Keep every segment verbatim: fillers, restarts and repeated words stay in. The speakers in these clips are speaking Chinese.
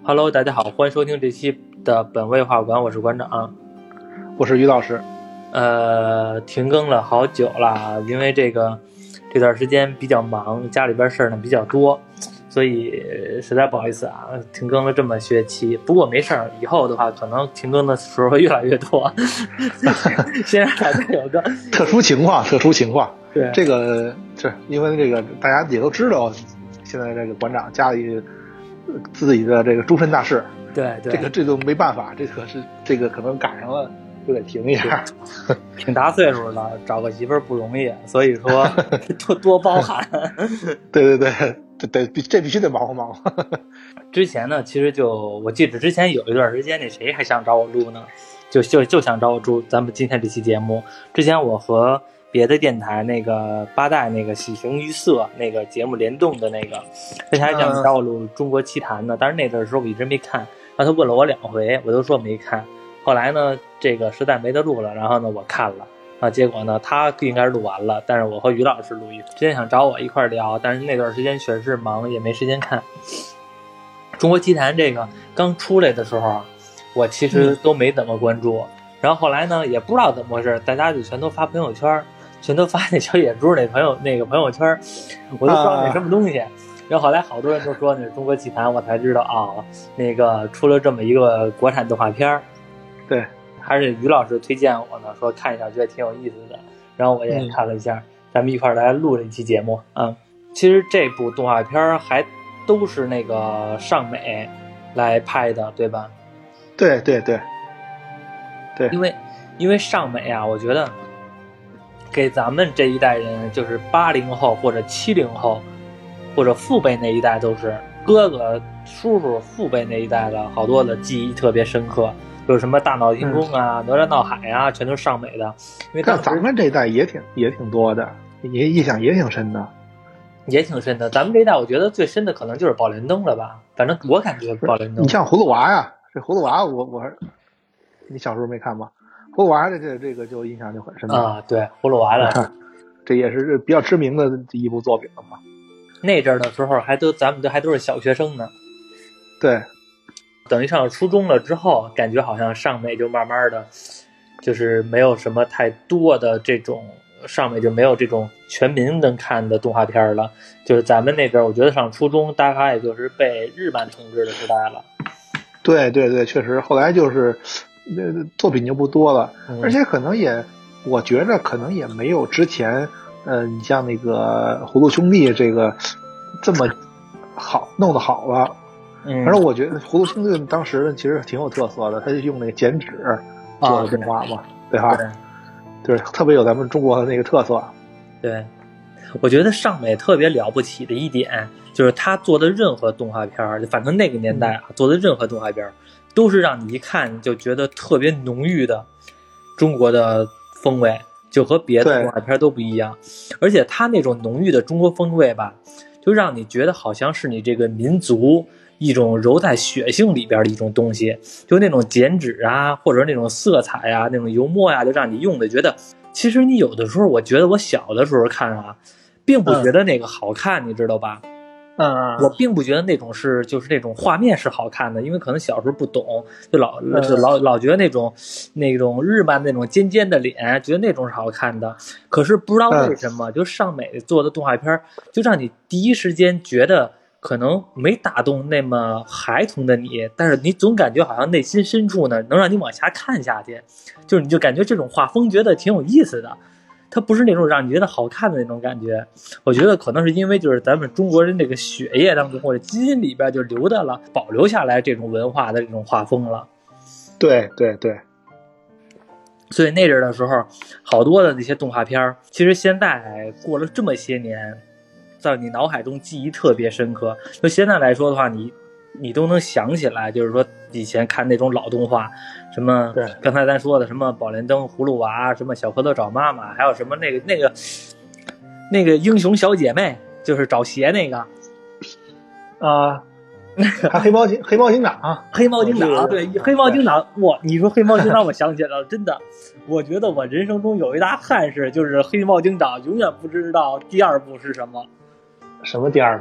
Hello， 大家好，欢迎收听这期的本位画馆，我是馆长， 我是于老师。 呃，停更了好久了，因为这个这段时间比较忙，家里边事儿呢比较多，所以实在不好意思啊，停更了这么学期。不过没事儿，以后的话可能停更的时候会越来越多。先让大家有个特殊情况，特殊情况。 对， 这个是因为这个大家也都知道，现在这个馆长家里自己的这个终身大事。 对对， 这个这都没办法，这个是这个可能赶上了。就得停一下， 挺大岁数了，找个媳妇儿不容易，所以说多多包涵。 对对对对对，这必须得忙活忙活。 之前呢，其实就我记得之前有一段时间，那谁还想找我录呢，就就就想找我录咱们今天这期节目。之前我和别的电台那个八代那个喜形于色那个节目联动的那个，他还想找我录中国奇谭呢，但是那阵时候我一直没看，然后他问了我两回，我都说没看。后来呢，这个实在没得录了，然后呢，我看了啊，结果呢，他应该是录完了，但是我和于老师录一，之前想找我一块聊，但是那段时间确实忙，也没时间看。中国奇谭这个刚出来的时候，我其实都没怎么关注，嗯、然后后来呢，也不知道怎么回事，大家就全都发朋友圈，全都发那小野猪那朋友那个朋友圈，我都不知道那什么东西。啊然后后来好多人都说那是中国奇谭，我才知道啊、哦，那个出了这么一个国产动画片。 对， 还是于老师推荐我呢，说看一下，觉得挺有意思的。然后我也看了一下，嗯、咱们一块儿来录这期节目啊、嗯。其实这部动画片还都是那个上美来拍的，对吧？ 对对对对， 因为因为上美啊，我觉得给咱们这一代人，就是八零后或者七零后或者父辈那一代，都是哥哥、叔叔、父辈那一代的好多的记忆特别深刻。就是什么大闹天宫啊、哪吒闹海啊，全都是上美的。因为但咱们这一代也挺也挺多的，也印象也挺深的， 也挺深的。咱们这一代，我觉得最深的可能就是宝莲灯了吧？反正我感觉宝莲灯。 你像葫芦娃呀，这葫芦娃我我你小时候没看吗？葫芦娃这这这个就印象就很深啊。对，葫芦娃的， 这也是比较知名的一部作品了嘛。 那阵儿的时候还都咱们都还都是小学生呢。 对。 等于上了初中了之后，感觉好像上美就慢慢的，就是没有什么太多的这种上美就没有这种全民能看的动画片了。就是咱们那阵儿，我觉得上初中大概也就是被日漫统治的时代了。 对对对，确实，后来就是那作品就不多了，嗯、而且可能也，我觉着可能也没有之前，呃，你像那个葫芦兄弟这个这么好弄得好了。 嗯， 反正我觉得葫芦兄弟当时其实挺有特色的，他就用那个剪纸做的动画嘛，啊、对, 对吧？对，就是特别有咱们中国的那个特色。 对，我觉得上美特别了不起的一点就是他做的任何动画片，反正那个年代啊，嗯、做的任何动画片都是让你一看就觉得特别浓郁的中国的风味，就和别的动画片都不一样。而且他那种浓郁的中国风味吧，就让你觉得好像是你这个民族一种揉在血性里边的一种东西，就那种剪纸啊，或者那种色彩啊，那种油墨呀、啊，就让你用的觉得，其实你有的时候，我觉得我小的时候看啊，并不觉得那个好看，嗯、你知道吧？ 嗯， 我并不觉得那种是就是那种画面是好看的，因为可能小时候不懂，就老就老老觉得那种那种日漫那种尖尖的脸，觉得那种是好看的。可是不知道为什么，就上美做的动画片，就让你第一时间觉得。可能没打动那么孩童的你，但是你总感觉好像内心深处呢，能让你往下看下去，就是你就感觉这种画风觉得挺有意思的，它不是那种让你觉得好看的那种感觉。我觉得可能是因为就是咱们中国人这个血液当中或者基因里边就留的了，保留下来这种文化的这种画风了。 对对对， 所以那阵的时候，好多的那些动画片，其实现在过了这么些年。在你脑海中记忆特别深刻，就现在来说的话，你你都能想起来，就是说以前看那种老动画，什么刚才咱说的什么宝莲灯、葫芦娃，什么小蝌蚪找妈妈，还有什么那个那个那个英雄小姐妹，就是找鞋那个啊，那个还黑猫警黑猫警长啊， 黑猫警长对黑猫警长，哇！你说黑猫警长，我想起来了，真的，我觉得我人生中有一大憾事，就是黑猫警长永远不知道第二部是什么。 什么第二部？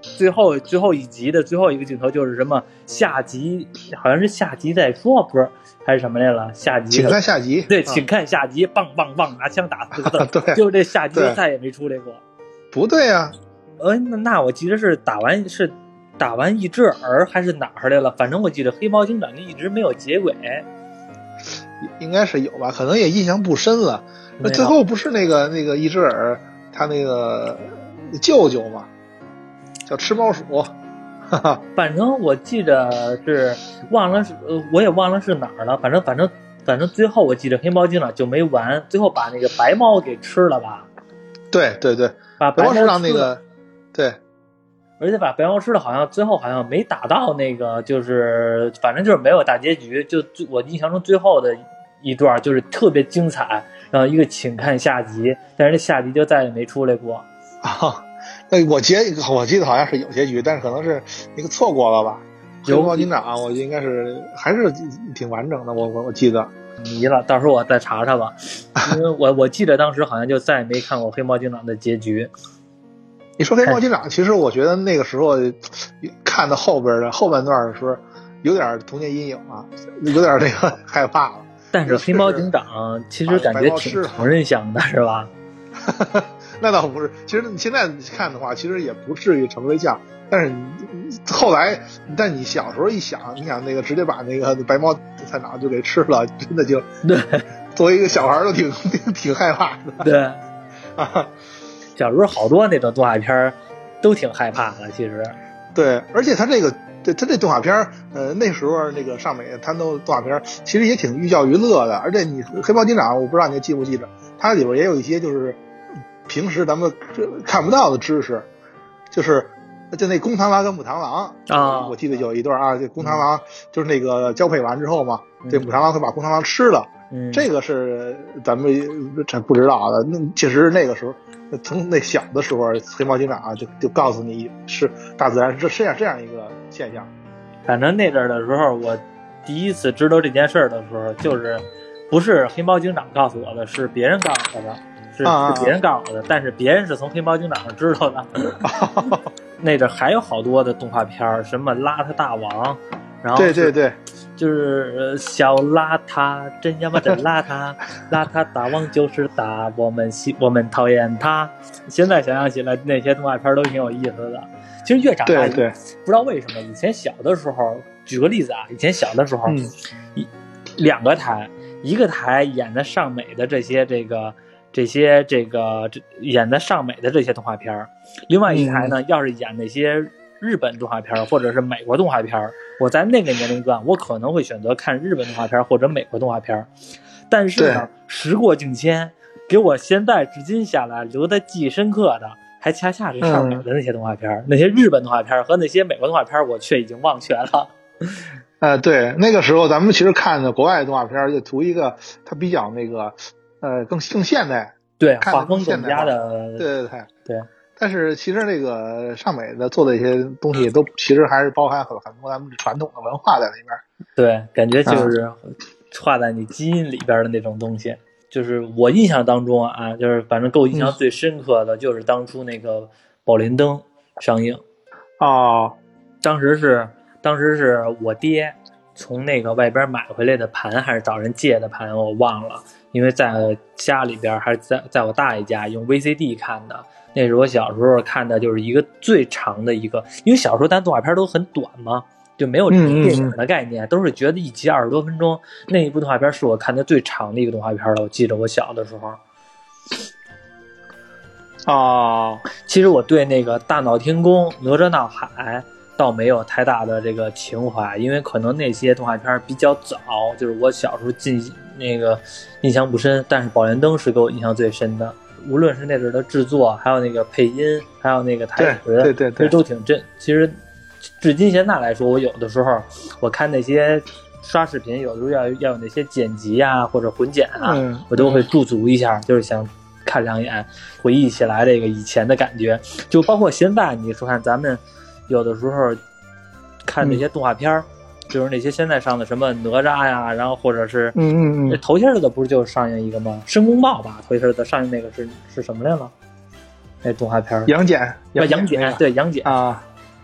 最后最后一集的最后一个镜头就是什么下集，好像是下集再说，不是还是什么来了？下集， 请看下集， 对，请看下集，棒棒棒，拿枪打四个字， 对， 就这下集再也没出来过。 不对啊， 呃，那那我记得是打完是打完一只耳还是哪儿来了？反正我记得黑猫警长就一直没有结尾， 应该是有吧，可能也印象不深了。那最后不是那个那个一只耳他那个舅舅嘛，叫吃猫鼠。哈哈， 反正我记得是忘了是，呃，我也忘了是哪儿了。反正反正反正最后我记得黑猫警长就没完，最后把那个白猫给吃了吧？ 对对对， 把白猫吃让那个对， 而且把白猫吃了，好像最后好像没打到那个，就是反正就是没有大结局。就我印象中最后的一段就是特别精彩，然后一个请看下集，但是这下集就再也没出来过啊。那我记我记得好像是有结局，但是可能是那个错过了吧。黑猫警长我应该是还是挺完整的，我我我记得迷了，到时候我再查查吧。因为我我记得当时好像就再也没看过黑猫警长的结局。 你说黑猫警长，其实我觉得那个时候看到后边的后半段的时候，有点童年阴影啊，有点那个害怕了。 但是黑猫警长其实感觉挺同人向的，是吧？ 那倒不是，其实你现在看的话，其实也不至于成为像。但是后来，但你小时候一想，你想那个直接把那个白猫探长就给吃了，真的就对， 作为一个小孩都挺挺挺害怕的。 对啊， 小时候好多那种动画片都挺害怕的，其实。 对，而且他这个。对，他这动画片呃，那时候那个上美他都动画片其实也挺寓教于乐的。而且你黑猫警长，我不知道你记不记得，它里边也有一些就是平时咱们看不到的知识，就是就那公螳螂跟母螳螂啊， 我记得有一段啊，这公螳螂就是那个交配完之后嘛，嗯、这母螳螂会把公螳螂吃了， 嗯， 这个是咱们这不知道的。那其实那个时候。从那小的时候，黑猫警长啊，就就告诉你是大自然是这样这样一个现象。 反正那阵的时候，我第一次知道这件事的时候，就是不是黑猫警长告诉我的，是别人告诉我的，是是别人告诉我的，但是别人是从黑猫警长上知道的。那阵还有好多的动画片，什么邋遢大王，然后对对对。 就是小邋遢，真他妈真邋遢，邋遢大王就是大，我们喜我们讨厌他。现在想想起来，那些动画片都挺有意思的。其实越长大， 对对， 不知道为什么，以前小的时候，举个例子啊，以前小的时候， 嗯、 一两个台，一个台演的上美的这些这个这些这个这演的上美的这些动画片，另外一台呢，嗯、要是演那些日本动画片或者是美国动画片，我在那个年龄段我可能会选择看日本动画片或者美国动画片。但是呢，时过境迁，给我现在至今下来留的记忆深刻的还恰恰是上美的那些动画片、嗯、那些日本动画片和那些美国动画片我却已经忘却了。 呃，对，那个时候咱们其实看的国外的动画片就图一个它比较那个呃更更现代， 对，画风更加的， 对对对对。 但是其实那个上美的做的一些东西都其实还是包含很很多咱们传统的文化在里边。 对，感觉就是画在你基因里边的那种东西。嗯、就是我印象当中啊，就是反正给我印象最深刻的就是当初那个宝莲灯上映。 哦， 当时是当时是我爹从那个外边买回来的盘，还是找人借的盘，我忘了。因为在家里边还是在在我大爷家用 V C D 看的。那是我小时候看的，就是一个最长的一个，因为小时候咱动画片都很短嘛，就没有电影的概念，嗯嗯嗯都是觉得一集二十多分钟。那一部动画片是我看的最长的一个动画片了，我记得我小的时候。 哦， 其实我对那个大闹天宫、哪吒闹海倒没有太大的这个情怀，因为可能那些动画片比较早，就是我小时候进那个印象不深，但是宝莲灯是给我印象最深的。无论是那阵的制作，还有那个配音，还有那个台词， 对对对， 其实都挺真。其实至今现在来说，我有的时候我看那些刷视频，有的时候要要有那些剪辑啊或者混剪啊， 嗯、 我都会驻足一下，就是想看两眼，回忆起来这个以前的感觉。就包括现在，你说看咱们有的时候看那些动画片。嗯就是那些现在上的什么哪吒呀，然后或者是嗯嗯嗯， 头些日子不是就上映一个吗？申公豹吧，头些日子上映那个是是什么来了？那动画片杨戬， 杨戬，对杨戬啊，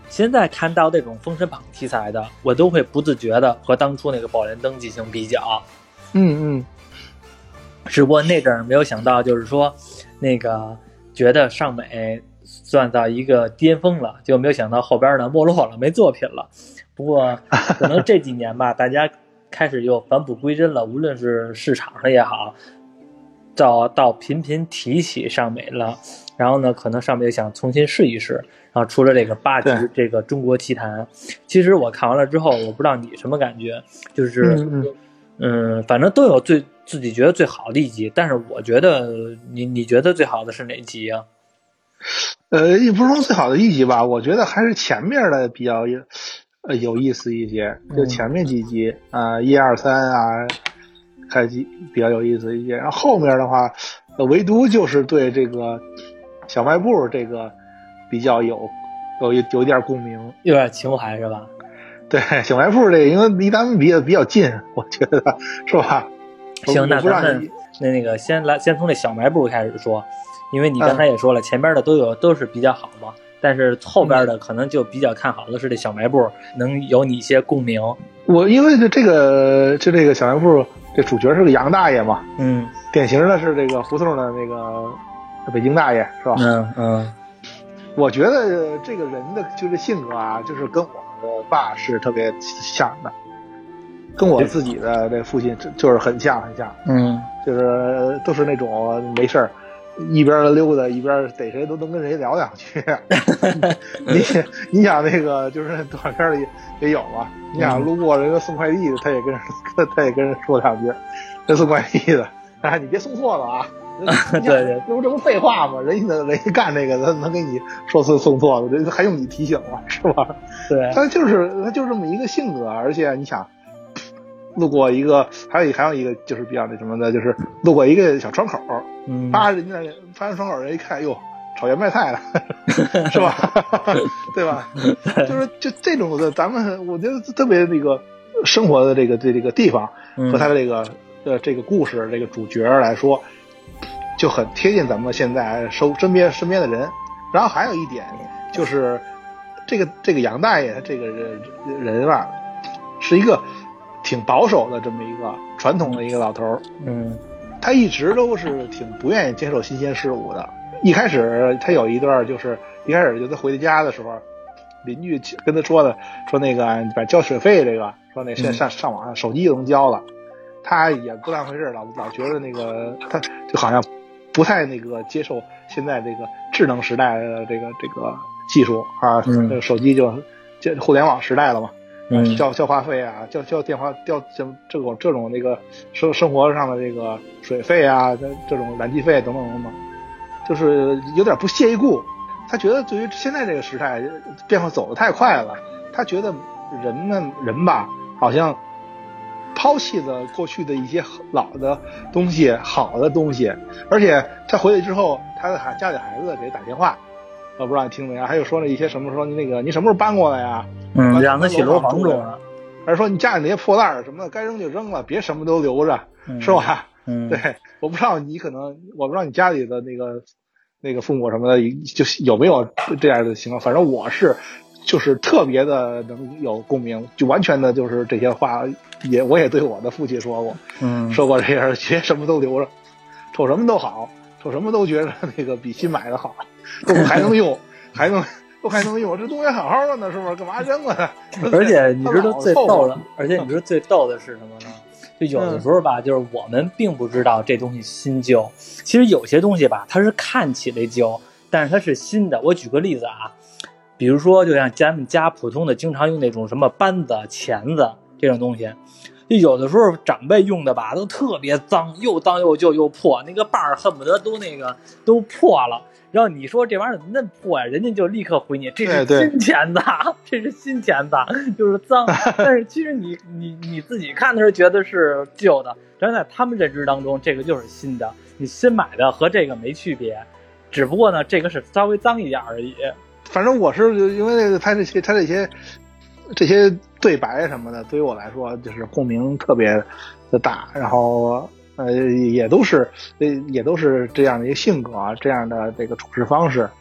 现在看到这种封神榜题材的，我都会不自觉的和当初那个宝莲灯进行比较。 嗯嗯， 只不过那阵儿没有想到，就是说那个觉得尚美算到一个巅峰了，就没有想到后边呢没落了，没作品了。不过可能这几年吧，大家开始又返璞归真了，无论是市场上也好，到到频频提起尚美了。然后呢，可能尚美想重新试一试，然后出了这个八集这个中国奇谭。其实我看完了之后，我不知道你什么感觉，就是嗯嗯，反正都有最自己觉得最好的一集，但是我觉得你你觉得最好的是哪集啊？ 呃，也不是说最好的一集吧，我觉得还是前面的比较呃有意思一些，就前面几集啊，一二三啊，开机比较有意思一些。然后后面的话，呃，唯独就是对这个小卖部这个比较有有有点共鸣， 有点情怀是吧？ 对，小卖部这个，因为离咱们比较比较近，我觉得是吧？ 行，那咱们那那个先来先从这小卖部开始说，因为你刚才也说了，嗯、前边的都有都是比较好嘛，但是后边的可能就比较看好的是这小卖部，能有你一些共鸣。 我因为这个就这个小卖部，这主角是个杨大爷嘛， 嗯， 典型的是这个胡同的那个北京大爷是吧？ 嗯嗯， 我觉得这个人的就是性格啊，就是跟我的爸是特别像的，跟我自己的这父亲就是很像很像， 嗯， 就是都是那种没事儿一边溜达一边逮谁都能跟谁聊两句。你你想那个就是动画片里也有嘛？你想路过人家送快递的，他也跟人他也跟人说两句，这送快递的，哎，你别送错了啊！ 对对， 这不这不废话吗？人家人家干这个，他能给你说是送错了，这还用你提醒吗？是吧？ 对， 他就是他就这么一个性格，而且你想。路过一个，还有还有一个就是比较那什么的，就是路过一个小窗口， 嗯， 发人家发人窗口人一看，哟，炒圆白菜了，是吧？对吧？就是就这种的，咱们我觉得特别那个生活的这个这这个地方和他的这个呃这个故事这个主角来说，就很贴近咱们现在身身边身边的人。然后还有一点就是这个这个杨大爷这个人人啊，是一个。挺保守的这么一个传统的一个老头， 嗯， 他一直都是挺不愿意接受新鲜事物的。一开始他有一段就是一开始就他回家的时候，邻居跟他说的，说那个把交水费这个，说那现在上上网上手机就能交了，他也不当回事，老老觉得那个他就好像不太那个接受现在这个智能时代的这个这个技术啊， 嗯、 这个手机就就互联网时代了嘛。 嗯， 交交话费啊，交交电话，交这这种这种那个生生活上的这个水费啊，这这种燃气费等等等等，就是有点不屑一顾。他觉得对于现在这个时代变化走得太快了，他觉得人们人吧，好像抛弃了过去的一些老的东西、好的东西，而且他回去之后，他的孩家里孩子给他打电话。我不知道你听没有，还有说了一些什么说那个你什么时候搬过来呀？ 嗯，让他去楼房住了， 还是说你家里那些破烂什么的该扔就扔了，别什么都留着， 嗯、 是吧？ 嗯， 对，我不知道你可能，我不知道你家里的那个那个父母什么的，就是有没有这样的情况。反正我是就是特别的能有共鸣，就完全的就是这些话也我也对我的父亲说过， 嗯， 说过这样，别什么都留着，瞅什么都好，瞅什么都觉得那个比新买的好。都还能用，还能都还能用，这东西好好的呢，是不是？干嘛扔了？ 而且你知道最逗的，而且你知道最逗的是什么呢？就有的时候吧，就是我们并不知道这东西新旧。其实有些东西吧，它是看起来旧，但是它是新的。我举个例子啊，比如说，就像咱们家普通的经常用那种什么扳子、钳子这种东西。就有的时候长辈用的吧，都特别脏，又脏又旧又破，那个把儿恨不得都那个都破了。然后你说这玩意儿怎么那么破呀、啊？人家就立刻回你，这是新钳子，这是新钳子，就是脏。但是其实你你你自己看的时候觉得是旧的，但是在他们认知当中，这个就是新的。你新买的和这个没区别，只不过呢，这个是稍微脏一点而已。 反正我是因为那个他这些他这些这些对白什么的，对于我来说就是共鸣特别的大，然后。呃，也都是，呃，也都是这样的一个性格啊，这样的这个处事方式，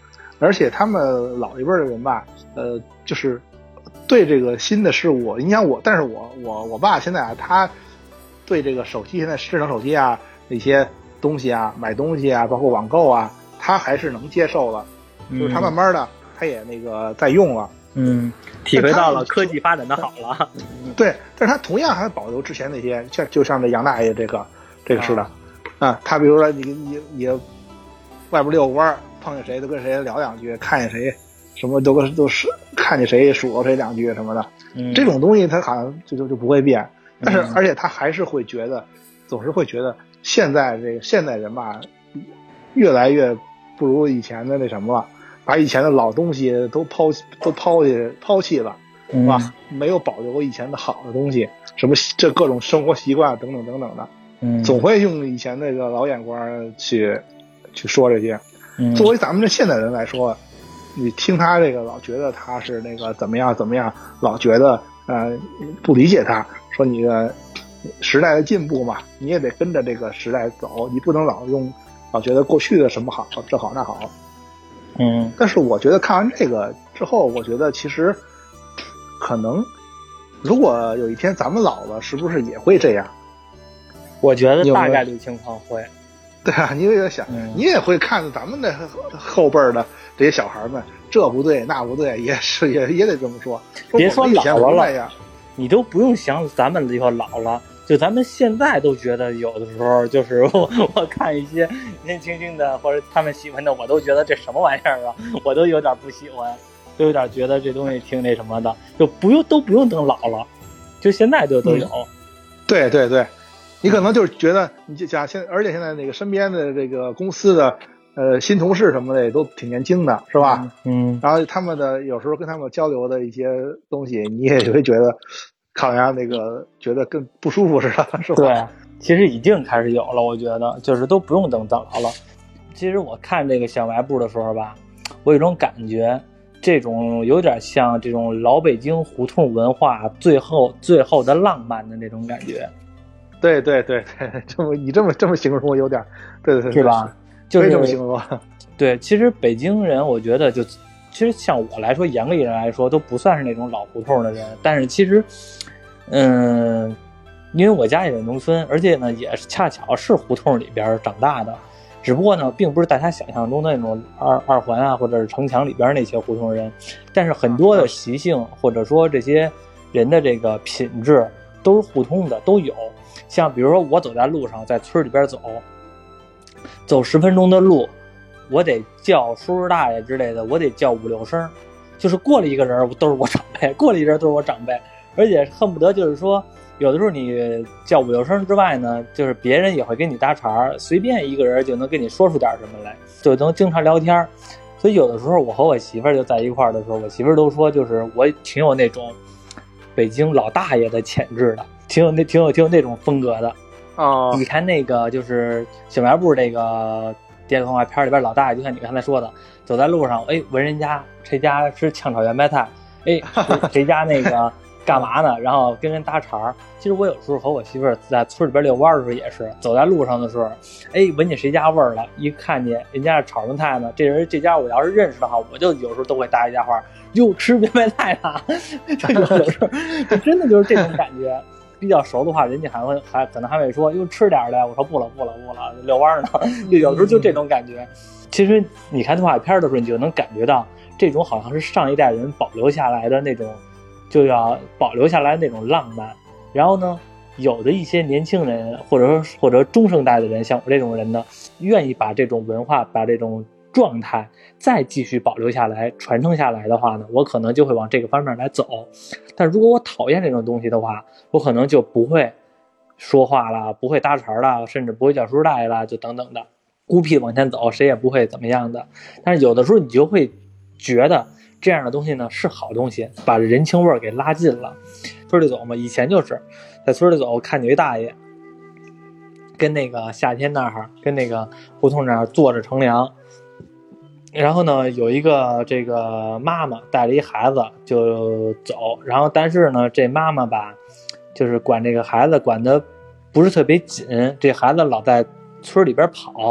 而且他们老一辈的人吧，呃，就是对这个新的事物，你想我，但是我我我爸现在啊，他对这个手机现在智能手机啊一些东西啊，买东西啊，包括网购啊，他还是能接受的，嗯、就是他慢慢的他也那个在用了， 嗯，体会到了科技发展的好了。 对，但是他同样还保留之前那些，像就像这杨大爷这个这个似的，啊，啊他比如说你你你外边遛弯碰见谁都跟谁聊两句，看见谁什么都跟都是看见谁数落谁两句什么的，嗯、这种东西他好像就就就不会变，但是、嗯、而且他还是会觉得，总是会觉得现在这个现代人吧，越来越不如以前的那什么了，把以前的老东西都抛都抛弃抛弃了。是吧？嗯、没有保留以前的好的东西，什么这各种生活习惯等等等等的，嗯，总会用以前那个老眼光去去说这些。嗯，作为咱们这现代人来说，你听他这个老觉得他是那个怎么样怎么样，老觉得呃不理解他，说你的时代的进步嘛，你也得跟着这个时代走，你不能老用老觉得过去的什么好这好那好。嗯，但是我觉得看完这个之后，我觉得其实。可能，如果有一天咱们老了，是不是也会这样？ 我觉得大概率情况会。 对啊，你也在想，嗯、你也会看着咱们的后辈的这些小孩们，这不对那不对，也是也也得这么说。 别说老了了， 你都不用想咱们以后老了，就咱们现在都觉得有的时候就是我我看一些年轻轻的或者他们喜欢的，我都觉得这什么玩意儿啊，我都有点不喜欢。都有点觉得这东西挺那什么的，就不用都不用等老了，就现在就都有。嗯、 对对对，你可能就是觉得你就讲现，而且现在那个身边的这个公司的呃新同事什么的也都挺年轻的，是吧？嗯。然后他们的有时候跟他们交流的一些东西，你也会觉得好像那个觉得更不舒服似的，是吧？ 对，其实已经开始有了，我觉得就是都不用等等老了。其实我看这个小卖部的时候吧，我有一种感觉。这种有点像这种老北京胡同文化最后最后的浪漫的那种感觉。 对对对对，这么你这么这么形容我有点，对对对， 是吧？就是这么形容。 对，其实北京人我觉得就，其实像我来说，严格意义上来说都不算是那种老胡同的人，但是其实，嗯，因为我家也是农村，而且呢也是恰巧是胡同里边长大的。只不过呢，并不是大家想象中的那种二二环啊，或者是城墙里边那些胡同人，但是很多的习性或者说这些人的这个品质都是互通的，都有。像比如说我走在路上，在村里边走，走十分钟的路，我得叫叔叔大爷之类的，我得叫五六声，就是过了一个人都是我长辈，过了一人都是我长辈，而且恨不得就是说。有的时候你叫五六声之外呢，就是别人也会跟你搭茬，随便一个人就能跟你说出点什么来，就能经常聊天。所以有的时候我和我媳妇儿就在一块儿的时候，我媳妇儿都说，就是我挺有那种北京老大爷的潜质的，挺有那挺有挺有那种风格的。 哦， 你看那个就是小卖部这个电视动画片里边老大爷，就像你刚才说的，走在路上，哎，闻人家谁家吃炝炒圆白菜，哎，谁家那个。干嘛呢？然后跟人搭茬。其实我有时候和我媳妇儿在村里边遛弯的时候也是，走在路上的时候，哎，闻见谁家味儿了，一看见人家是炒生菜呢，这人这家我要是认识的话，我就有时候都会搭一家话，哟，吃圆白菜呢。这种有时候就真的就是这种感觉。比较熟的话，人家还会还可能还会说，哟，吃点的。我说不了不了不了，遛弯呢。就有时候就这种感觉。其实你看动画片的时候，你就能感觉到这种好像是上一代人保留下来的那种。就要保留下来那种浪漫，然后呢，有的一些年轻人或者说或者中生代的人，像我这种人呢，愿意把这种文化、把这种状态再继续保留下来、传承下来的话呢，我可能就会往这个方面来走。但如果我讨厌这种东西的话，我可能就不会说话了，不会搭茬了，甚至不会叫叔叔大爷了，就等等的，孤僻往前走，谁也不会怎么样的。但是有的时候你就会觉得。这样的东西呢是好东西，把人情味给拉近了。村里走嘛，以前就是在村里走，看见一大爷跟那个夏天那儿跟那个胡同那儿坐着乘凉，然后呢有一个这个妈妈带着一孩子就走，然后但是呢这妈妈吧就是管这个孩子管得不是特别紧，这孩子老在村里边跑，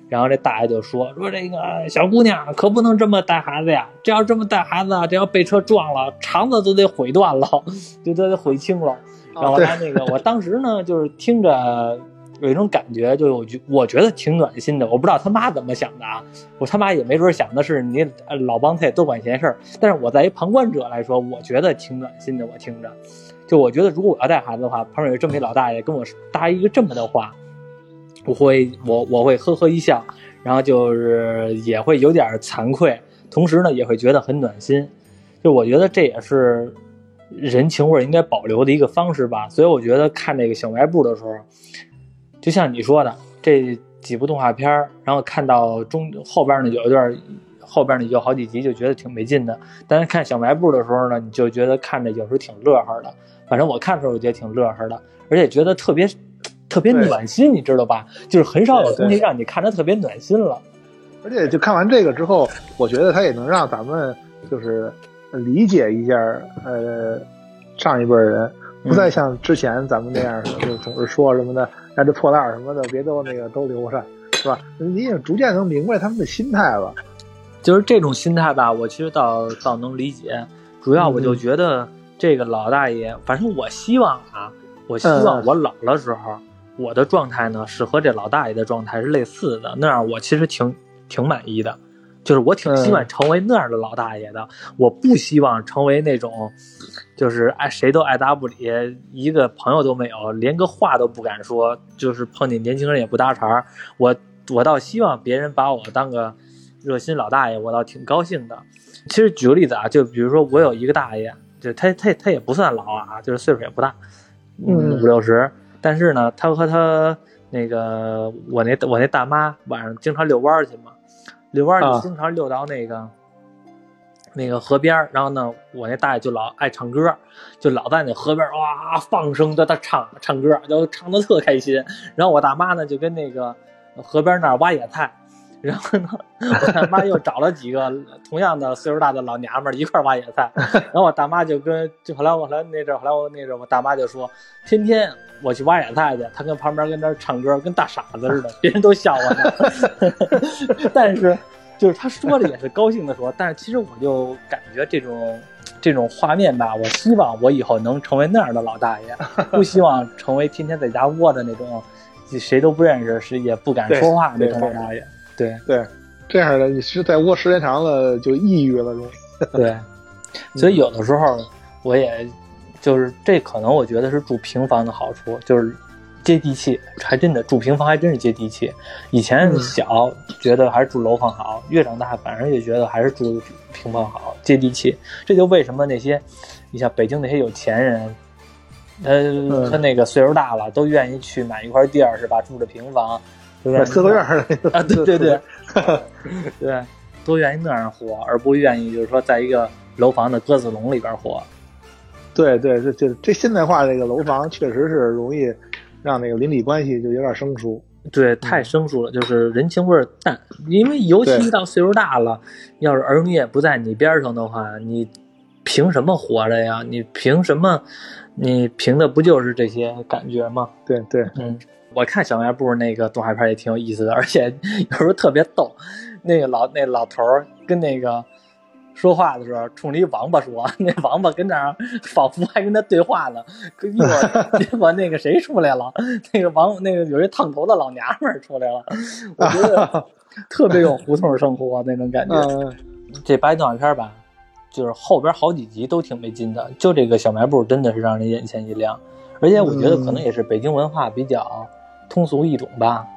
然后这大爷就说说这个小姑娘可不能这么带孩子呀，这要这么带孩子啊，这要被车撞了，肠子都得毁断了，就都得毁清了。然后他那个，我当时呢就是听着有一种感觉，就我觉我觉得挺暖心的。我不知道他妈怎么想的啊，我他妈也没准想的是你老帮他也多管闲事儿，但是我在一旁观者来说，我觉得挺暖心的。我听着，就我觉得如果我要带孩子的话，旁边有这么一老大爷跟我搭一个这么的话。我会我我会呵呵一笑，然后就是也会有点惭愧，同时呢也会觉得很暖心。就我觉得这也是人情味应该保留的一个方式吧。所以我觉得看这个小卖部的时候，就像你说的这几部动画片，然后看到中后边呢有一段，后边呢有好几集就觉得挺没劲的，但是看小卖部的时候呢，你就觉得看着有时候挺乐呵的。反正我看的时候我觉得挺乐呵的，而且觉得特别特别暖心，你知道吧？就是很少有东西让你看着特别暖心了。 而且就看完这个之后，我觉得它也能让咱们就是理解一下，呃，上一辈人不再像之前咱们那样，就总是说什么的，哎，这破烂什么的，别都那个都留着，是吧？你也逐渐能明白他们的心态了。 就是这种心态吧，我其实倒倒能理解。主要我就觉得这个老大爷，嗯、反正我希望啊，我希望我老的时候。嗯我的状态呢是和这老大爷的状态是类似的，那样我其实挺挺满意的，就是我挺希望成为那样的老大爷的，嗯、我不希望成为那种就是爱谁都爱答不理，一个朋友都没有，连个话都不敢说，就是碰见年轻人也不搭茬。我我倒希望别人把我当个热心老大爷，我倒挺高兴的。其实举个例子啊，就比如说我有一个大爷，就他他他也不算老啊，就是岁数也不大，嗯，五六十。但是呢，他和他那个我那我那大妈晚上经常遛弯去嘛，遛弯就经常遛到那个、啊、那个河边，然后呢，我那大爷就老爱唱歌，就老在那河边哇放声的他唱唱歌，就唱得特开心。然后我大妈呢就跟那个河边那儿挖野菜。然后呢，我大妈又找了几个同样的岁数大的老娘们儿一块挖野菜，然后我大妈就跟就后来我后来那阵后来我那阵我大妈就说，天天我去挖野菜去，她跟旁边跟那儿唱歌，跟大傻子似的，别人都笑我呢。但是就是她说的也是高兴的说，但是其实我就感觉这种这种画面吧，我希望我以后能成为那样的老大爷，不希望成为天天在家窝的那种谁都不认识，谁也不敢说话那种老大爷。对对，这样的你是在窝时间长了就抑郁了，容易。 对，所以有的时候我也就是这可能我觉得是住平房的好处，就是接地气，还真的住平房还真是接地气。以前小、嗯、觉得还是住楼房好，越长大反而就觉得还是住平房好，接地气。这就为什么那些你像北京那些有钱人，他、呃、他那个岁数大了都愿意去买一块地儿是吧，住着平房。 四合院的啊，对对对，对，都愿意那样活，而不愿意就是说在一个楼房的鸽子笼里边活。 对对，这这这现代化这个楼房确实是容易让那个邻里关系就有点生疏。 对，太生疏了，就是人情味淡。因为尤其到岁数大了，要是儿女也不在你边上的话，你凭什么活着呀？你凭什么？你凭的不就是这些感觉吗？ 对对， 嗯。我看小卖部那个动画片也挺有意思的，而且有时候特别逗。那个老那老头跟那个说话的时候，冲着一王八说，那王八跟那儿仿佛还跟他对话呢。一会儿结果那个谁出来了？那个王那个有一烫头的老娘们儿出来了。我觉得特别有胡同生活那种感觉。 嗯、 这八集动画片吧，就是后边好几集都挺没劲的，就这个小卖部真的是让人眼前一亮。而且我觉得可能也是北京文化比较通俗易懂吧。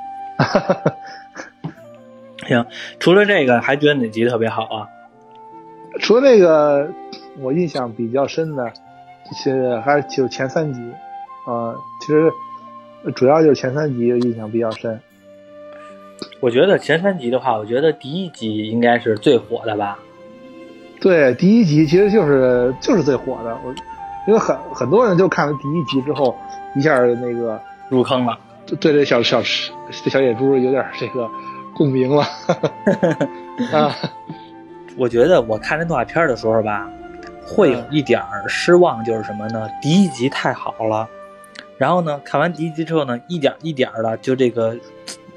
行，除了这个还觉得哪集特别好啊？ 除了这个我印象比较深的其实还是就前三集啊、呃，其实主要就是前三集印象比较深。 我觉得前三集的话，我觉得第一集应该是最火的吧。 对，第一集其实就是就是最火的，我因为很很多人就看了第一集之后一下那个入坑了， 对这小小这小野猪有点这个共鸣了啊。 我觉得我看这动画片的时候吧，会有一点失望，就是什么呢？第一集太好了，然后呢，看完第一集之后呢，一点一点的就这个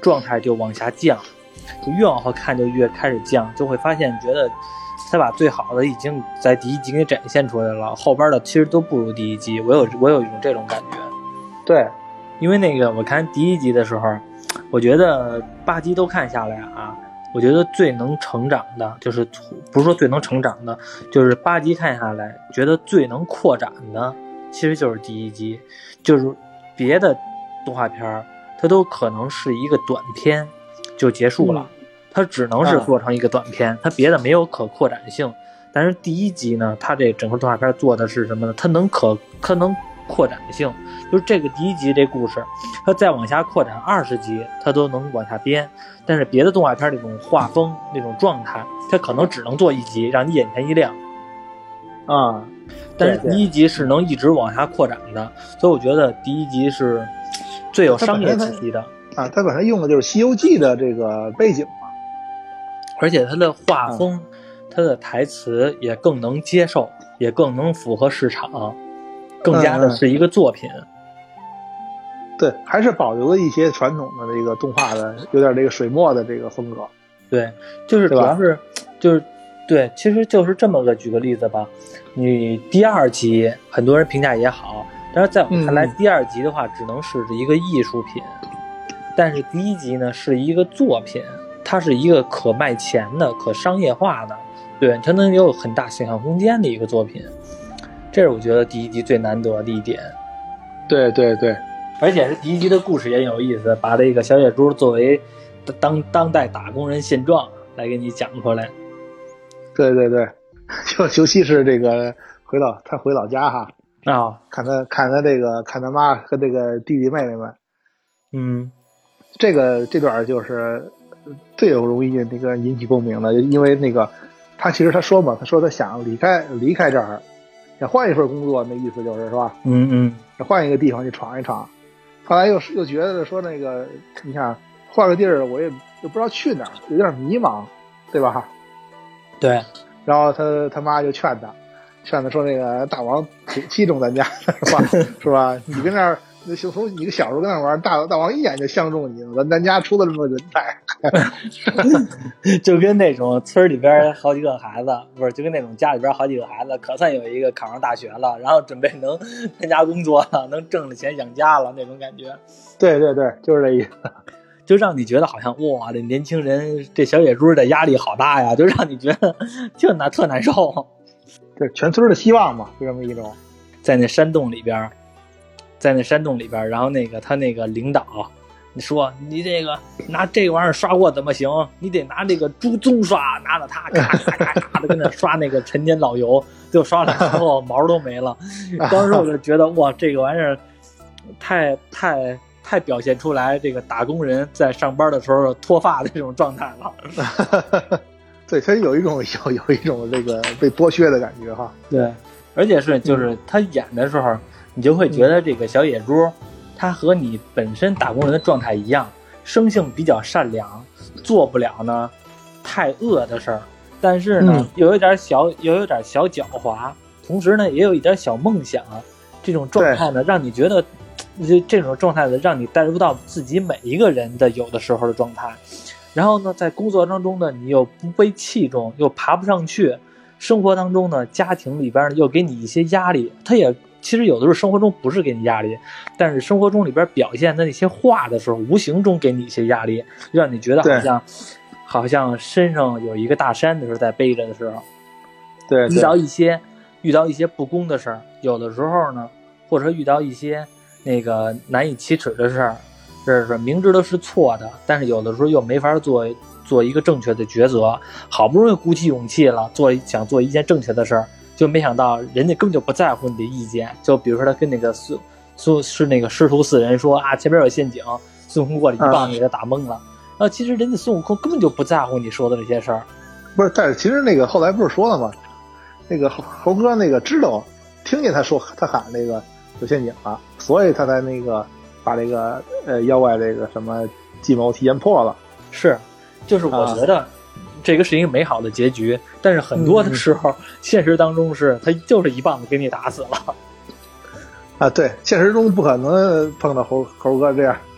状态就往下降，就越往后看就越开始降，就会发现觉得他把最好的已经在第一集给展现出来了，后边的其实都不如第一集。我有我有一种这种感觉。 对， 因为那个我看第一集的时候，我觉得八集都看下来啊，我觉得最能成长的就是不是说最能成长的，就是八集看下来觉得最能扩展的其实就是第一集。就是别的动画片它都可能是一个短片就结束了，嗯，它只能是做成一个短片，它别的没有可扩展性。但是第一集呢，它这整个动画片做的是什么呢？它能可它能扩展性，就是这个第一集这故事，它再往下扩展二十集，它都能往下编。但是别的动画片那种画风那种状态，它可能只能做一集，让你眼前一亮啊。 但是第一集是能一直往下扩展的，所以我觉得第一集是最有商业气息的啊。它本身用的就是《西游记》的这个背景嘛， 而且它的画风、嗯、它的台词也更能接受，也更能符合市场，更加的是一个作品。嗯、 对，还是保留了一些传统的这个动画的，有点这个水墨的这个风格。 对，就是主要是就是对，其实就是这么个举个例子吧。你第二集很多人评价也好，但是在我看来，嗯、第二集的话只能是一个艺术品，但是第一集呢是一个作品，它是一个可卖钱的、可商业化的，对，它能有很大想象空间的一个作品。这是我觉得第一集最难得的一点。 对对对， 而且是第一集的故事也有意思，把这个小野猪作为当当代打工人现状来给你讲出来。 对对对，就尤其是这个回老他回老家哈啊、哦， 看他看他这个看他妈和这个弟弟妹妹们， 嗯， 这个这段就是最有容易那个引起共鸣的，因为那个他其实他说嘛，他说他想离开离开这儿，想换一份工作，那意思就是是吧？ 嗯嗯， 想换一个地方去闯一闯。后来又又觉得说那个你看换个地儿，我也又不知道去哪儿，有点迷茫，对吧？ 对， 然后他他妈就劝他，劝他说那个大王挺器重咱家的是吧？是吧？你跟那儿从你个小时候跟那玩，大大王一眼就相中你了，咱咱家出了这么人才， 就跟那种村里边好几个孩子，不是就跟那种家里边好几个孩子，可算有一个考上大学了，然后准备能参加工作了，能挣了钱养家了那种感觉。 对对对，就是这意思。 就让你觉得好像哇，这年轻人这小野猪的压力好大呀，就让你觉得特难特难受。 这全村的希望嘛，就这么一种。 在那山洞里边，在那山洞里边，然后那个他那个领导，你说你这个拿这个玩意儿刷锅怎么行？你得拿这个猪棕刷，拿着它咔咔咔咔的跟那刷那个陈年老油，就刷了之后毛都没了。当时我就觉得哇，这个玩意儿太太。太表现出来这个打工人在上班的时候脱发的这种状态了。 对，他有一种有有一种这个被剥削的感觉哈。 对，而且是就是他演的时候，你就会觉得这个小野猪，嗯、他和你本身打工人的状态一样，生性比较善良，做不了呢太恶的事儿，但是呢、嗯、有一点小又有点小狡猾，同时呢也有一点小梦想，这种状态呢让你觉得。这种状态的让你带入到自己每一个人的有的时候的状态，然后呢在工作当中呢你又不被器重，又爬不上去，生活当中呢家庭里边又给你一些压力，他也其实有的时候生活中不是给你压力，但是生活中里边表现的那些话的时候无形中给你一些压力，让你觉得好像好像身上有一个大山的时候在背着的时候， 对， 遇到一些遇到一些不公的事儿，有的时候呢或者遇到一些那个难以启齿的事儿，这是明知道是错的，但是有的时候又没法做做一个正确的抉择，好不容易鼓起勇气了，做想做一件正确的事儿，就没想到人家根本就不在乎你的意见。就比如说他跟那个孙孙是那个师徒四人说啊，前边有陷阱，孙悟空过来一棒给他打懵了。然后其实人家孙悟空根本就不在乎你说的这些事儿。 不是，但是其实那个后来不是说了吗？那个猴哥那个知道，听见他说他喊那个有陷阱了，所以他才那个把这个呃妖怪这个什么计谋提前破了。 是，就是我觉得这个是一个美好的结局，啊、但是很多的时候、嗯、现实当中是他就是一棒子给你打死了。 啊，对，现实中不可能碰到猴猴哥这样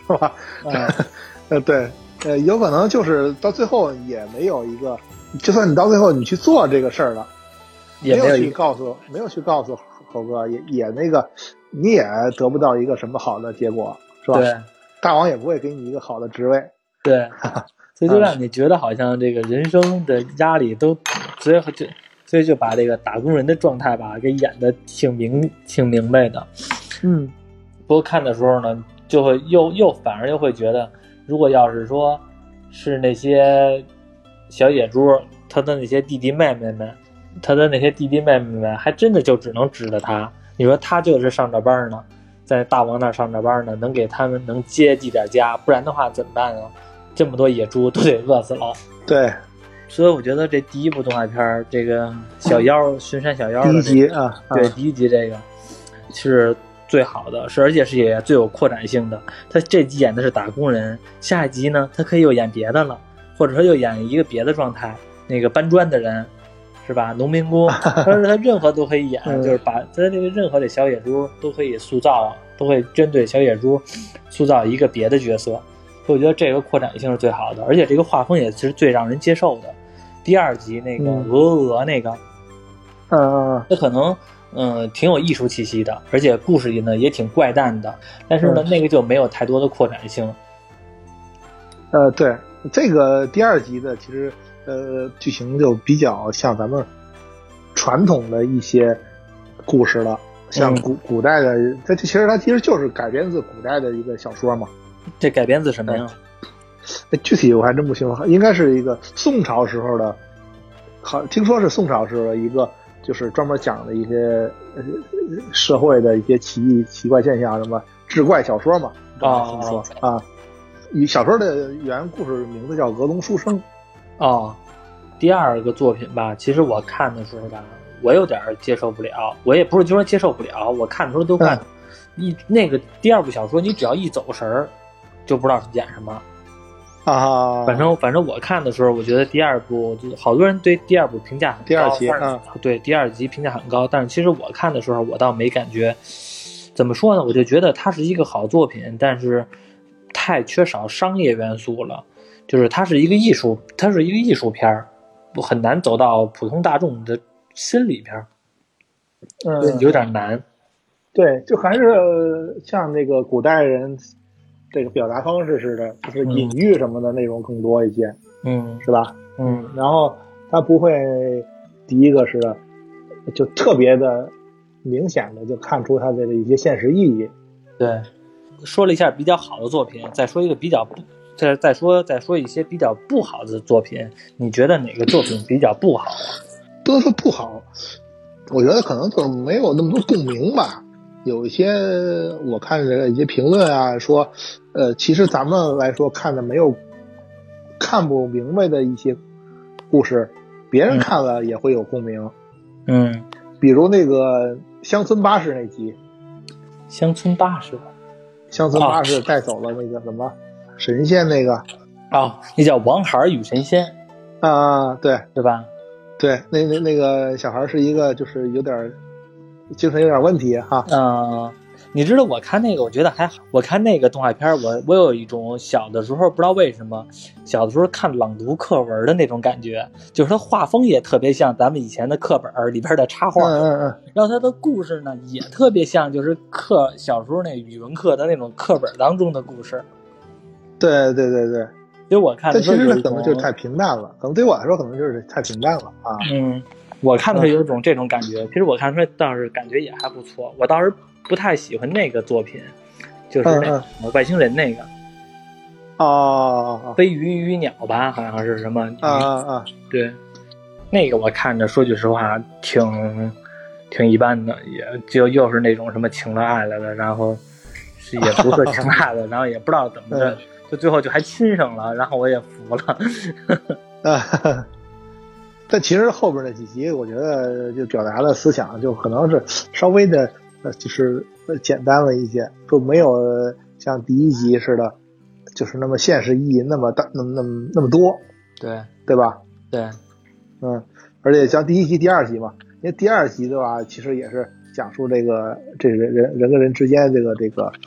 是吧？ 嗯、 呃，对，呃，有可能就是到最后也没有一个，就算你到最后你去做这个事儿了， 也没有去告诉，没有去告诉猴哥，也也那个，你也得不到一个什么好的结果，是吧？ 对， 大王也不会给你一个好的职位， 对，所以就让你觉得好像这个人生的压力都，所以就所以就把这个打工人的状态吧给演的挺明挺明白的。 嗯， 不过看的时候呢，就会又又反而又会觉得，如果要是说是那些小野猪他的那些弟弟妹妹们，他的那些弟弟妹妹们还真的就只能指着他。你说他就是上着班呢，在大王那儿上着班呢，能给他们能接济点家，不然的话怎么办啊？这么多野猪都得饿死了。 对， 所以我觉得这第一部动画片，这个小妖巡山小妖的、 第一集啊， 对，第一集这个是最好的，是而且是也最有扩展性的。他这集演的是打工人，下一集呢，他可以又演别的了，或者说又演一个别的状态，那个搬砖的人，是吧？农民工，但是他任何都可以演，就是把他这个任何的小野猪都可以塑造，都会针对小野猪塑造一个别的角色。所以我觉得这个扩展性是最好的，而且这个画风也是最让人接受的。第二集那个鹅鹅鹅那个， 嗯， 这可能嗯挺有艺术气息的，而且故事里呢也挺怪诞的，但是呢、嗯、那个就没有太多的扩展性。 呃，对，这个第二集的其实呃剧情就比较像咱们传统的一些故事了，像古、嗯、古代的，这其实它其实就是改编自古代的一个小说嘛。 这改编自什么呀？ 呃、具体我还真不清楚，应该是一个宋朝时候的，好，听说是宋朝时候的一个，就是专门讲的一些呃社会的一些奇异奇怪现象，什么志怪小说嘛。 啊， 听说啊，小说的原故事名字叫《鹅龙书生》。 哦，第二个作品吧，其实我看的时候吧，我有点接受不了，我也不是就说接受不了，我看的时候都看。嗯一那个第二部小说，你只要一走神儿，就不知道是演什么啊。 反正反正我看的时候，我觉得第二部好多人对第二部评价很高， 第二集啊， 对第二集评价很高。但是其实我看的时候，我倒没感觉。怎么说呢？我就觉得它是一个好作品，但是太缺少商业元素了。就是它是一个艺术，它是一个艺术片，很难走到普通大众的心里边， 嗯， 有点难。 对，就还是像那个古代人这个表达方式似的，就是隐喻什么的内容更多一些， 嗯， 是吧？ 嗯， 然后他不会第一个是就特别的明显的就看出他的一些现实意义。 对，说了一下比较好的作品，再说一个比较不，再再说再说一些比较不好的作品，你觉得哪个作品比较不好啊？ 不能说不好，我觉得可能就是没有那么多共鸣吧。有一些我看这个一些评论啊，说，呃，其实咱们来说看的没有看不明白的一些故事，别人看了也会有共鸣。 嗯， 比如那个乡村巴士那集， 乡村巴士， 乡村巴士带走了那个什么、哦、神仙那个， 哦，那叫王孩与神仙啊，对， 对吧？ 对，那那那个小孩是一个就是有点。精神有点问题哈， 嗯、呃，你知道我看那个，我觉得还好。我看那个动画片，我我有一种小的时候不知道为什么，小的时候看朗读课文的那种感觉，就是它画风也特别像咱们以前的课本里边的插画， 嗯嗯嗯， 然后它的故事呢也特别像就是课小时候那语文课的那种课本当中的故事。 对对对对， 所以我看的时候其实可能就是太平淡了，可能对我来说可能就是太平淡了啊。 嗯。我看的是有种这种感觉，其实我看出来倒是感觉也还不错。我倒是不太喜欢那个作品，就是那个外星人那个， 哦， 飞鱼与鸟吧，好像是什么啊啊啊， 对，那个我看着说句实话挺挺一般的，也就又是那种什么情了爱了的，然后是也不是情爱的，然后也不知道怎么着，就最后就还亲上了，然后我也服了。 啊但其实后边那几集，我觉得就表达的思想就可能是稍微的，呃，就是简单了一些，就没有像第一集似的，就是那么现实意义那么大，那么那么那么多， 对对吧？ 对， 嗯，而且像第一集、第二集嘛，因为第二集的话，其实也是讲述这个这个人人跟人之间这个这个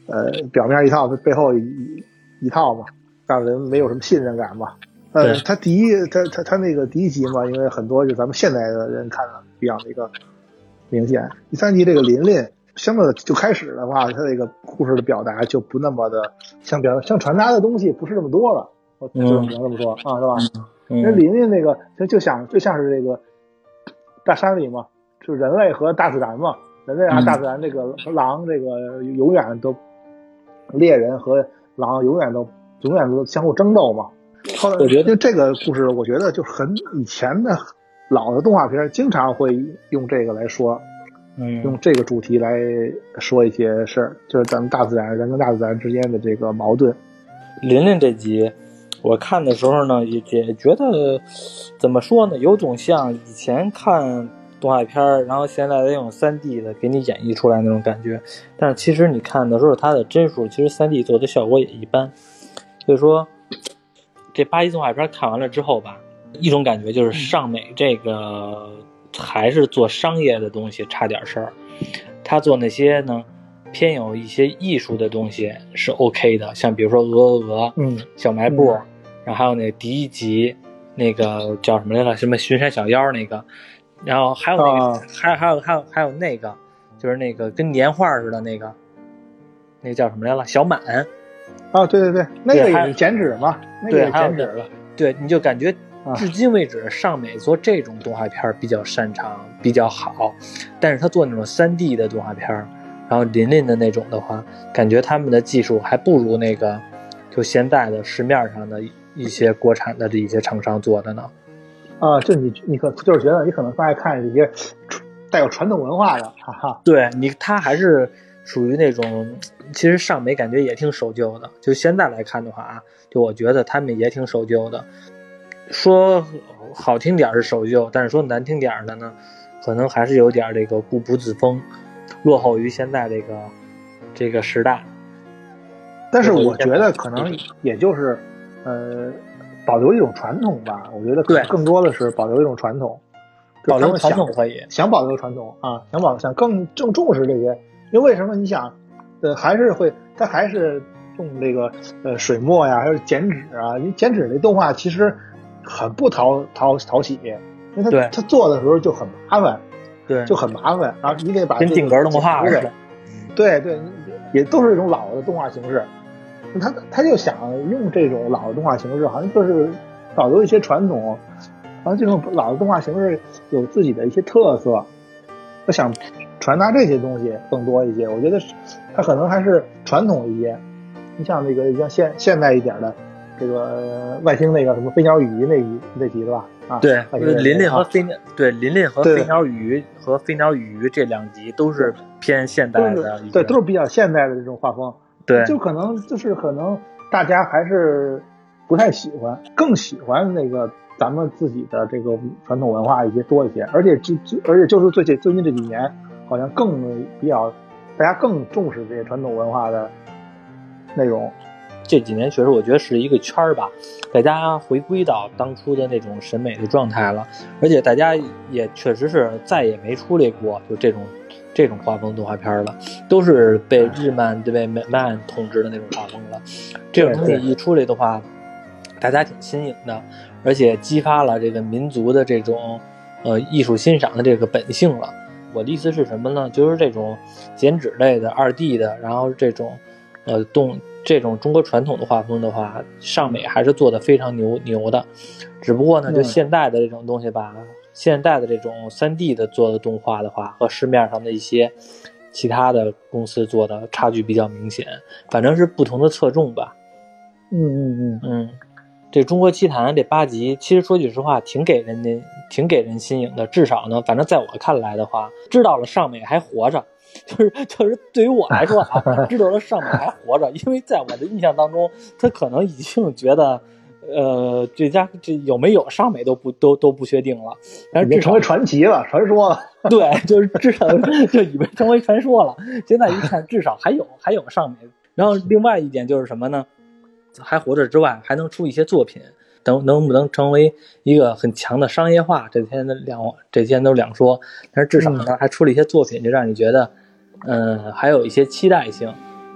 呃表面一套，背后一一套嘛，让人没有什么信任感嘛。呃，他第一，他他他那个第一集嘛，因为很多就咱们现代的人看了比较那个明显。第三集这个琳琳，相对就开始的话，他这个故事的表达就不那么的像表像传达的东西不是那么多了，我就能这么说、嗯、啊，是吧？因为琳琳那个他就想就像是这个大山里嘛，就是人类和大自然嘛，人类和大自然这个和狼这个永远都猎人和狼永远都永远都相互争斗嘛。后来我觉得这个故事，我觉得就是很以前的老的动画片经常会用这个来说，嗯，用这个主题来说一些事儿，就是咱们大自然人跟大自然之间的这个矛盾。 琳琳这集我看的时候呢，也也觉得怎么说呢，有种像以前看动画片，然后现在那种 三 D 的给你演绎出来那种感觉。但是其实你看的时候，它的帧数其实 三 D 做的效果也一般，所以说。这八集动画片看完了之后吧，一种感觉就是上美这个还是做商业的东西差点事儿，他做那些呢偏有一些艺术的东西是 OK 的，像比如说鹅鹅鹅， 嗯， 小卖部、嗯，然后还有那第一集那个叫什么来着，什么巡山小妖那个，然后还有那个，啊、还有还有还有还有那个，就是那个跟年画似的那个，那个叫什么来了，小满。 啊，对对对，那个也是剪纸嘛，那个也剪纸了。 对，你就感觉至今为止，上美做这种动画片比较擅长，比较好。但是他做那种 三 D 的动画片，然后琳琳的那种的话，感觉他们的技术还不如那个就现在的市面上的一些国产的这一些厂商做的呢。 啊，就你你可就是觉得你可能更爱看这些带有传统文化的，哈哈。 对你，他还是属于那种。其实上美感觉也挺守旧的，就现在来看的话啊，就我觉得他们也挺守旧的。说好听点是守旧，但是说难听点的呢，可能还是有点这个固步自封，落后于现在这个这个时代。 但是我觉得可能也就是呃保留一种传统吧，我觉得可能更多的是保留一种传统， 保留传统可以， 想保留传统啊，想保想更更重视这些，因为为什么你想？呃，还是会，他还是用这个呃水墨呀，还有剪纸啊。因为剪纸那动画其实很不讨讨讨喜，因为他他做的时候就很麻烦， 对， 就很麻烦。然后你得把跟定格动画似的， 对对，也都是这种老的动画形式。他他就想用这种老的动画形式，好像就是保留一些传统，然后这种老的动画形式有自己的一些特色。他想传达这些东西更多一些，我觉得它可能还是传统一些。你像那个像现现代一点的这个、呃、外星那个什么飞鸟与鱼那一那集是吧？啊， 对，琳琳和飞鸟，对，琳琳和飞鸟与鱼和飞鸟与鱼这两集都是偏现代的， 对，都是比较现代的这种画风。 对， 就可能就是可能大家还是不太喜欢，更喜欢那个咱们自己的这个传统文化一些多一些，而且就而且就是最近最近这几年。好像更比较，大家更重视这些传统文化的内容。 这几年确实，我觉得是一个圈儿吧，大家回归到当初的那种审美的状态了，而且大家也确实是再也没出来过就这种这种画风动画片了，都是被日漫对被美漫统治的那种画风了。这种东西一出来的话，大家挺新颖的，而且激发了这个民族的这种呃艺术欣赏的这个本性了。我的意思是什么呢？就是这种剪纸类的 二 D 的，然后这种呃动这种中国传统的画风的话，上美还是做的非常牛牛的。只不过呢，就现代的这种东西吧，嗯、现代的这种 三 D 的做的动画的话，和市面上的一些其他的公司做的差距比较明显，反正是不同的侧重吧。 嗯嗯嗯嗯。这中国奇谭这八集，其实说句实话，挺给人家挺给人新颖的。至少呢，反正在我看来的话，知道了上美还活着，就是就是对于我来说啊，知道了上美还活着，因为在我的印象当中，他可能已经觉得，呃，这家这有没有上美都不都都不确定了。但是至少成为传奇了，传说了。 对，就是至少就以为成为传说了。现在一看，至少还有还有上美。然后另外一点就是什么呢？还活着之外，还能出一些作品，能能不能成为一个很强的商业化？这天的两这天都两说，但是至少呢，还出了一些作品，就让你觉得，嗯，还有一些期待性。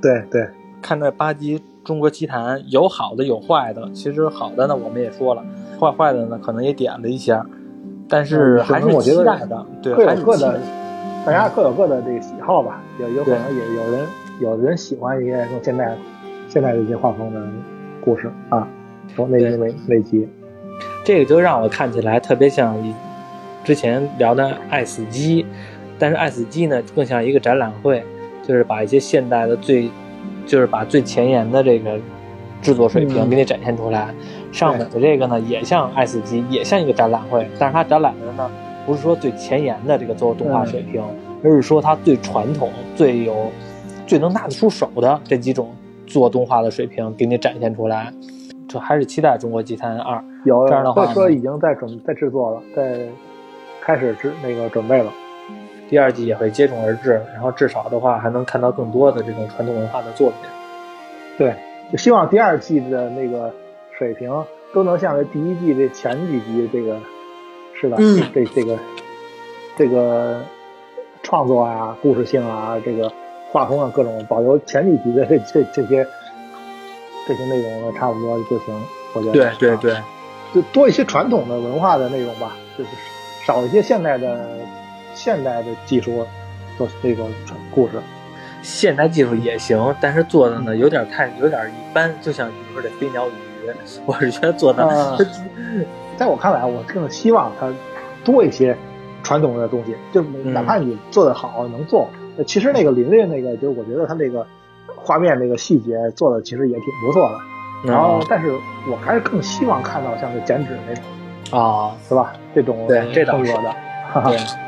对对， 看这八集中国奇谭有好的有坏的，其实好的呢我们也说了，坏坏的呢可能也点了一下，但是还是期待的，对， 各有各的，大家各有各的这个喜好吧，有有可能也有人有人喜欢一些更现代现代的一些画风的故事啊，从那那那集， 这个就让我看起来特别像之前聊的爱死机，但是爱死机呢更像一个展览会，就是把一些现代的最就是把最前沿的这个制作水平给你展现出来。嗯、上美的这个呢也像爱死机，也像一个展览会，但是它展览的呢不是说最前沿的这个做动画水平、嗯、而是说它最传统最有最能拿得出手的这几种做动画的水平给你展现出来。这还是期待中国奇谭二有这样的话， 会说已经在准在制作了，在开始制那个准备了。 第二季也会接踵而至，然后至少的话还能看到更多的这种传统文化的作品。 对，就希望第二季的那个水平都能像第一季的前几集这个是吧？嗯，这这个这个创作啊、故事性啊、这个画风啊各种保留前几集的这这这些这些内容差不多就行，我觉得。 对对对， 就多一些传统的文化的内容吧，就是少一些现代的。现代的技术做这种故事， 现代技术也行，但是做的呢有点太有点一般，就像你说的飞鸟与鱼，我是觉得做的、呃、 在我看来我更希望它多一些传统的东西，就哪怕你做得好、嗯、能做，其实那个琳琳那个就是我觉得它那个画面那个细节做的其实也挺不错的、嗯、然后但是我还是更希望看到像是剪纸那种啊， 是吧，这种对这种风格的对